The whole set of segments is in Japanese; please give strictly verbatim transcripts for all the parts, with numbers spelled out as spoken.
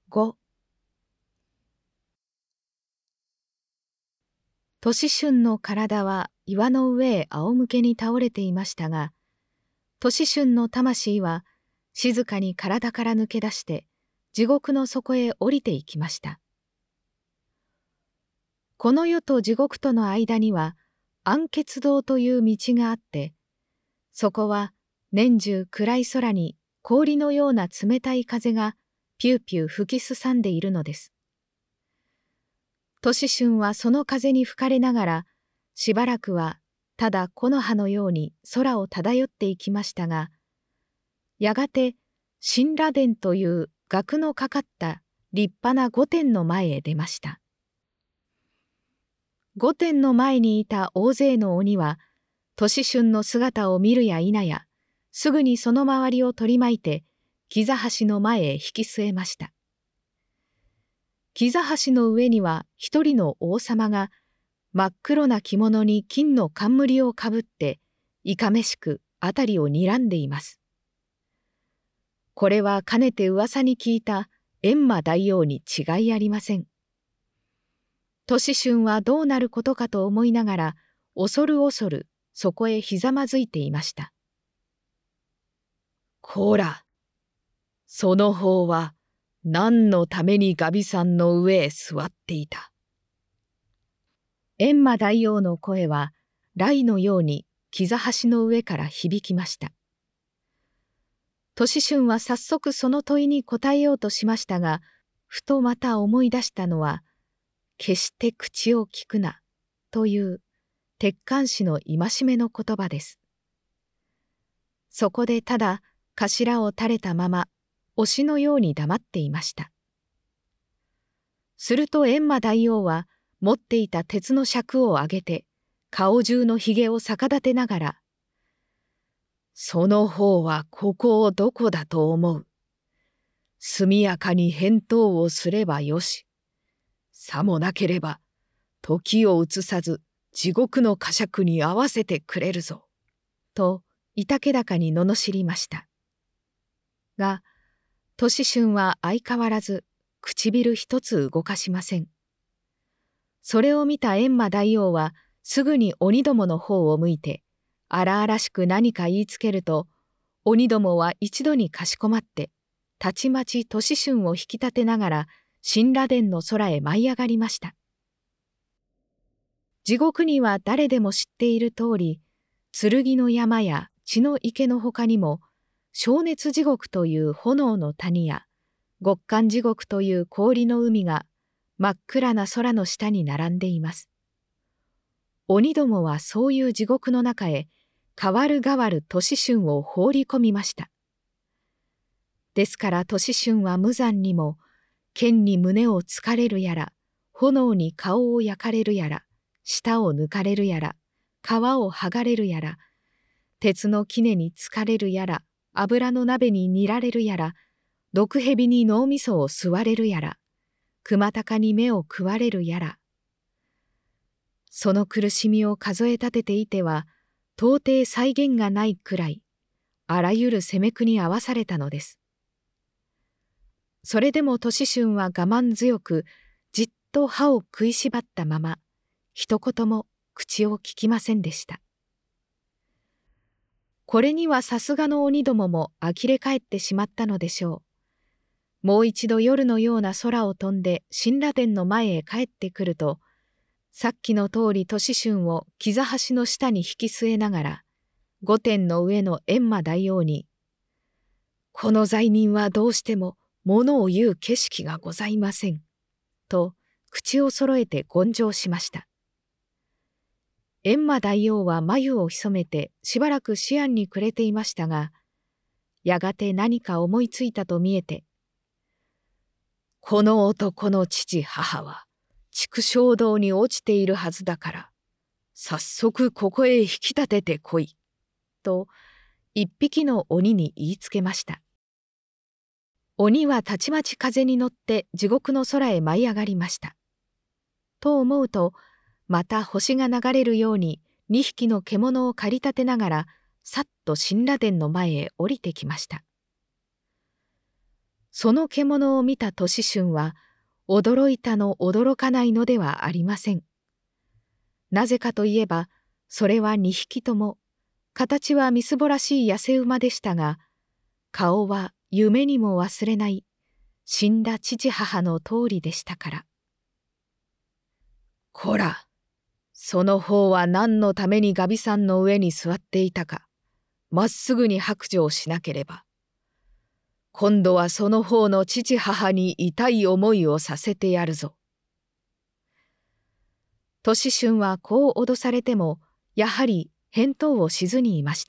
ご、年春の体は岩の上へ仰向けに倒れていましたが、年春の魂は静かに体から抜け出して地獄の底へ降りていきました。この世と地獄との間には暗血道という道があって、そこは年中暗い空に氷のような冷たい風がピューピュー吹きすさんでいるのです。年春はその風に吹かれながら、しばらくはただ木の葉のように空を漂っていきましたが、やがて神羅殿という額のかかった立派な御殿の前へ出ました。御殿の前にいた大勢の鬼は、年春の姿を見るや否や、すぐにその周りを取り巻いて、木座橋の前へ引き据えました。木座橋の上には一人の王様が、真っ黒な着物に金の冠をかぶって、いかめしくあたりを睨んでいます。これはかねて噂に聞いた閻魔大王に違いありません。年春はどうなることかと思いながら、恐る恐るそこへひざまずいていました。こら、その方は何のためにガビさんの上へ座っていた。閻魔大王の声は雷のように木座橋の上から響きました。年春は早速その問いに答えようとしましたが、ふとまた思い出したのは、決して口を聞くなという鉄管師の戒めの言葉です。そこでただ頭を垂れたまま、推しのように黙っていました。すると閻魔大王は持っていた鉄の尺を上げて、顔中のひげを逆立てながら、その方はここをどこだと思う。速やかに返答をすればよし。さもなければ、時を移さず地獄の呵責に合わせてくれるぞ。と、いたけだかに罵りました。が、年春は相変わらず唇一つ動かしません。それを見た閻魔大王はすぐに鬼どもの方を向いて、荒々しく何か言いつけると、鬼どもは一度にかしこまって、たちまち年春を引き立てながら、神羅殿の空へ舞い上がりました。地獄には誰でも知っている通り、剣の山や血の池のほかにも、灼熱地獄という炎の谷や、極寒地獄という氷の海が真っ暗な空の下に並んでいます。鬼どもはそういう地獄の中へ、代わる代わる年春を放り込みました。ですから年春は無残にも、剣に胸を突かれるやら、炎に顔を焼かれるやら、舌を抜かれるやら、皮を剥がれるやら、鉄の杵につかれるやら、油の鍋に煮られるやら、毒蛇に脳みそを吸われるやら、熊鷹に目を食われるやら。その苦しみを数え立てていては、到底際限がないくらい、あらゆる責め苦に遭わされたのです。それでも年春は我慢強く、じっと歯を食いしばったまま、一言も口をききませんでした。これにはさすがの鬼どもも呆れ返ってしまったのでしょう。もう一度夜のような空を飛んで神羅殿の前へ帰ってくると、さっきの通り年春を木座橋の下に引き据えながら、御殿の上の閻魔大王に、この罪人はどうしても物を言う景色がございません。と口を揃えて言上しました。閻魔大王は眉を潜めてしばらく思案に暮れていましたが、やがて何か思いついたと見えて、この男の父母は畜生道に落ちているはずだから、早速ここへ引き立ててこい。と一匹の鬼に言いつけました。鬼はたちまち風に乗って地獄の空へ舞い上がりました。と思うと、また星が流れるように二匹の獣を駆り立てながら、さっと神羅殿の前へ降りてきました。 その獣を見た年春は、驚いたの驚かないのではありません。なぜかといえば、それは二匹とも、形はみすぼらしい痩せ馬でしたが、顔は夢にも忘れない、死んだ父母の通りでしたから。こら、その方は何のためにガビさんの上に座っていたか、まっすぐに白状しなければ。今度はその方の父母に痛い思いをさせてやるぞ。年春はこう脅されても、やはり返答をしずにいました。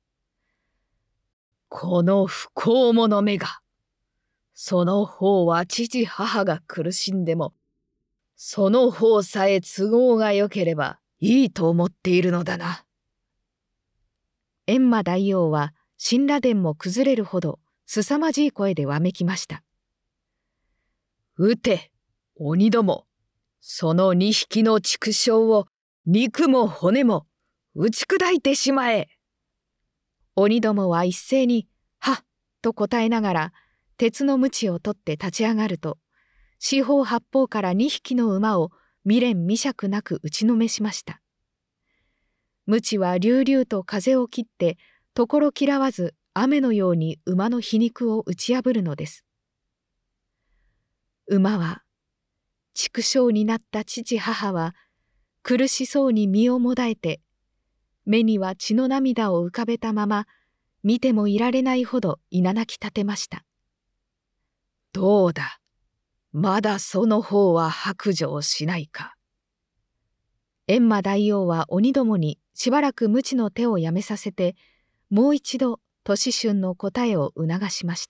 この不幸者めが、その方は父母が苦しんでも、その方さえ都合が良ければいいと思っているのだな。閻魔大王は神羅殿も崩れるほど凄まじい声でわめきました。撃て、鬼ども、その二匹の畜生を肉も骨も打ち砕いてしまえ。鬼どもは一斉にはっと答えながら鉄の鞭を取って立ち上がると、四方八方から二匹の馬を未練未釈なく打ちのめしました。鞭は隆々と風を切ってところ嫌わず雨のように馬の皮肉を打ち破るのです。馬は、畜生になった父母は苦しそうに身をもだえて、目には血の涙を浮かべたまま、見てもいられないほどいななき立てました。どうだ、まだその方は白状しないか。閻魔大王は鬼どもにしばらく無知の手をやめさせて、もう一度年春の答えを促しました。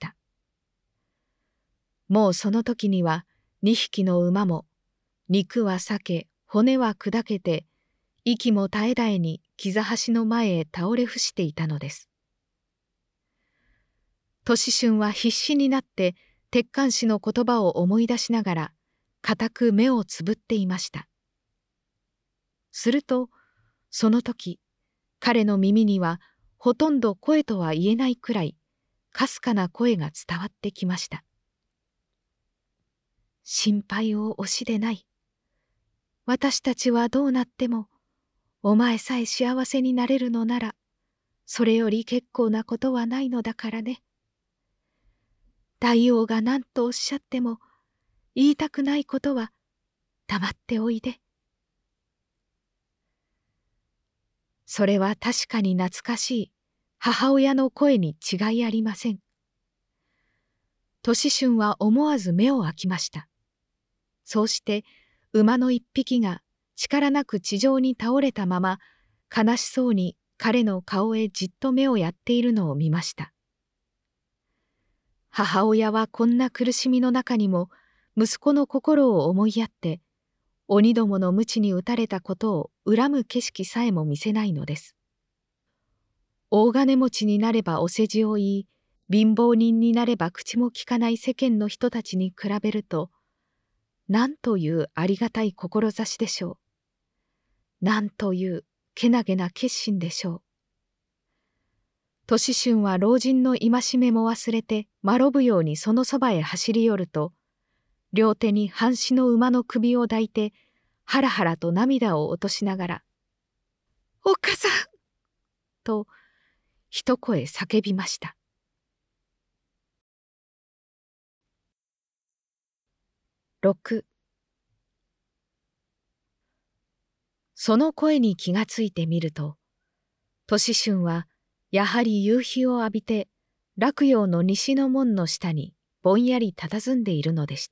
もうその時には二匹の馬も、肉は裂け、骨は砕けて、息も絶え絶えに木座橋の前へ倒れ伏していたのです。年春は必死になって鉄管師の言葉を思い出しながら固く目をつぶっていました。するとその時彼の耳にはほとんど声とは言えないくらいかすかな声が伝わってきました。心配をおしでない。私たちはどうなってもお前さえ幸せになれるのならそれより結構なことはないのだからね。大王が何とおっしゃっても言いたくないことは黙っておいで。それは確かに懐かしい母親の声に違いありません。年春は思わず目を開きました。そうして馬の一匹が力なく地上に倒れたまま悲しそうに彼の顔へじっと目をやっているのを見ました。母親はこんな苦しみの中にも息子の心を思いやって鬼どもの鞭に打たれたことを恨む景色さえも見せないのです。大金持ちになればお世辞を言い、貧乏人になれば口もきかない世間の人たちに比べると、なんというありがたい志でしょう。なんというけなげな決心でしょう。年春は老人の戒めも忘れてまろぶようにそのそばへ走り寄ると、両手に半死の馬の首を抱いて、はらはらと涙を落としながら、おっかさんと一声叫びました。ろくその声に気がついてみると、年春はやはり夕日を浴びて洛陽の西の門の下にぼんやり佇んでいるのでした。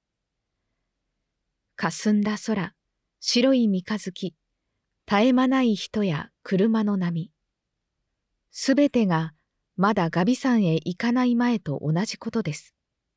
霞んだ空、白い三日月、絶え間ない人や車の波、すべてがまだガビ山へ行かない前と同じことです。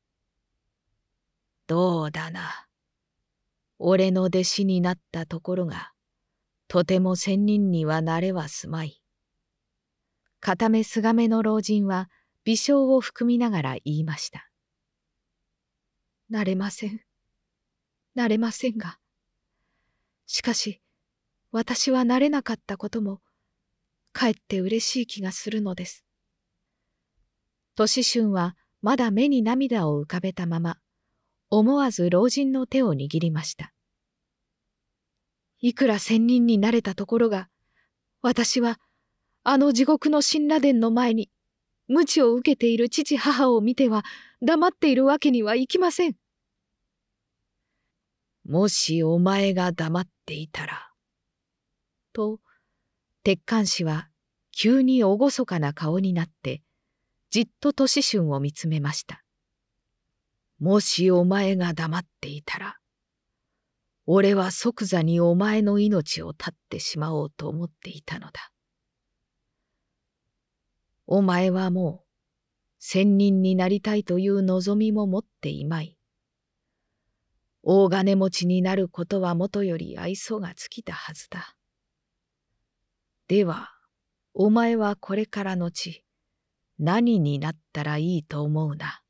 どうだな。俺の弟子になったところが、とても仙人にはなれはすまい。片目すがめの老人は微笑を含みながら言いました。なれません。なれませんが。しかし、私はなれなかったことも、かえって嬉しい気がするのです。年春はまだ目に涙を浮かべたまま、思わず老人の手を握りました。いくら仙人になれたところが、私はあの地獄の神羅殿の前に、鞭を受けている父母を見ては黙っているわけにはいきません。もしお前が黙っていたら、と、鉄管師は急に厳かな顔になって、じっと年春を見つめました。もしお前が黙っていたら、俺は即座にお前の命を絶ってしまおうと思っていたのだ。お前はもう仙人になりたいという望みも持っていまい。大金持ちになることはもとより愛想が尽きたはずだ。では、お前はこれからのち、何になったらいいと思うな。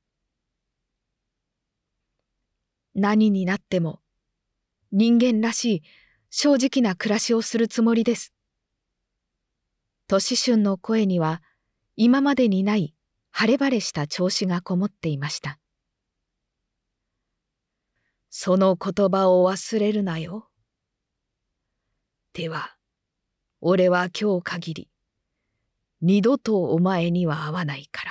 何になっても、人間らしい正直な暮らしをするつもりです。年春の声には、今までにない晴れ晴れした調子がこもっていました。その言葉を忘れるなよ。では、俺は今日限り、二度とお前には会わないから。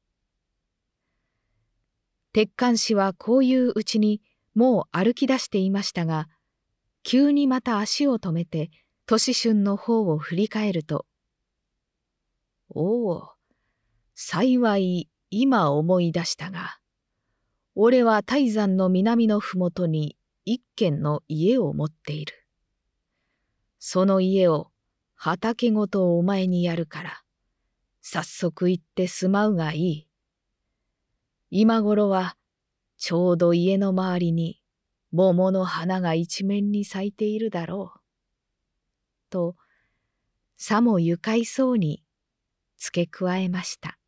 鉄管師はこういううちにもう歩き出していましたが、急にまた足を止めて年春の方を振り返ると、おお、幸い今思い出したが、俺は泰山の南のふもとに一軒の家を持っている。その家を畑ごとお前にやるから、早速行って住まうがいい。今頃はちょうど家の周りに桃の花が一面に咲いているだろう。と、さも愉快そうに付け加えました。